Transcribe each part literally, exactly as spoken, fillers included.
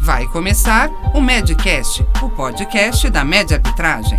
Vai começar o Medcast, o podcast da Med Arbitragem.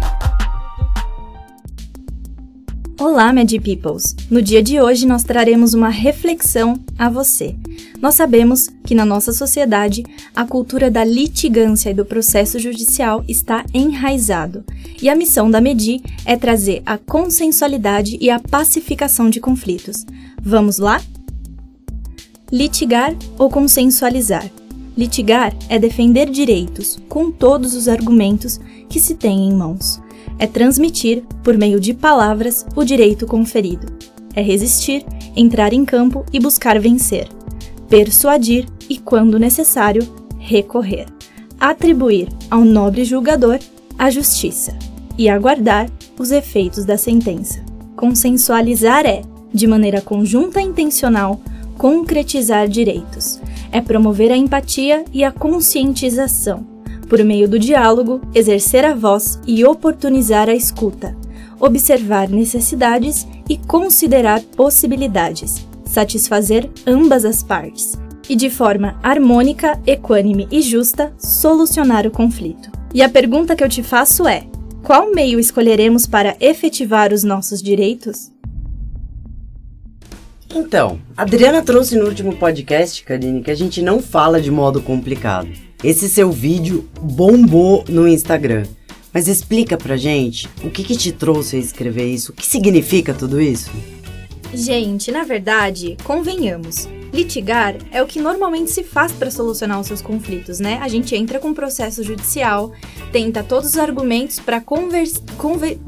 Olá, Med Peoples! No dia de hoje nós traremos uma reflexão a você. Nós sabemos que na nossa sociedade a cultura da litigância e do processo judicial está enraizado. E a missão da Medi é trazer a consensualidade e a pacificação de conflitos. Vamos lá? Litigar ou consensualizar? Litigar é defender direitos com todos os argumentos que se tem em mãos. É transmitir, por meio de palavras, o direito conferido. É resistir, entrar em campo e buscar vencer. Persuadir e, quando necessário, recorrer. Atribuir ao nobre julgador a justiça. E aguardar os efeitos da sentença. Consensualizar é, de maneira conjunta e intencional, concretizar direitos. É promover a empatia e a conscientização. Por meio do diálogo, exercer a voz e oportunizar a escuta, observar necessidades e considerar possibilidades, satisfazer ambas as partes e, de forma harmônica, equânime e justa, solucionar o conflito. E a pergunta que eu te faço é: qual meio escolheremos para efetivar os nossos direitos? Então, a Adriana trouxe no último podcast, Karine, que a gente não fala de modo complicado. Esse seu vídeo bombou no Instagram. Mas explica pra gente o que, que te trouxe a escrever isso, o que significa tudo isso? Gente, na verdade, convenhamos, litigar é o que normalmente se faz para solucionar os seus conflitos, né? A gente entra com um processo judicial, tenta todos os argumentos para conversar... Conver...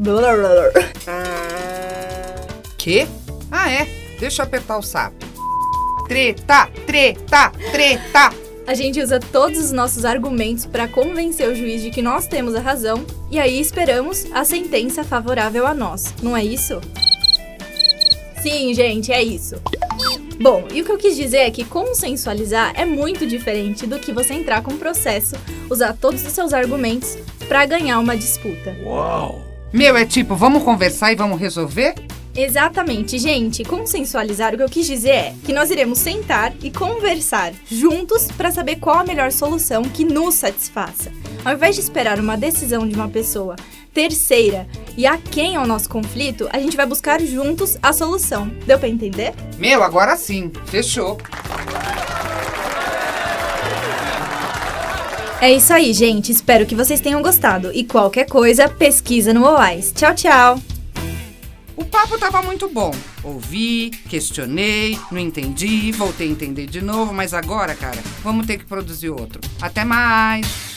Quê? Ah, é? Deixa eu apertar o sapo. Treta, treta, treta. A gente usa todos os nossos argumentos para convencer o juiz de que nós temos a razão e aí esperamos a sentença favorável a nós, não é isso? Sim, gente, é isso. Bom, e o que eu quis dizer é que consensualizar é muito diferente do que você entrar com um processo, usar todos os seus argumentos para ganhar uma disputa. Uau! Meu, é tipo, vamos conversar e vamos resolver? Exatamente, gente. Consensualizar, o que eu quis dizer é que nós iremos sentar e conversar juntos para saber qual a melhor solução que nos satisfaça. Ao invés de esperar uma decisão de uma pessoa terceira e aquém ao nosso conflito, a gente vai buscar juntos a solução. Deu para entender? Meu, agora sim. Fechou. É isso aí, gente. Espero que vocês tenham gostado. E qualquer coisa, pesquisa no OAS. Tchau, tchau! O papo tava muito bom. Ouvi, questionei, não entendi, voltei a entender de novo, mas agora, cara, vamos ter que produzir outro. Até mais!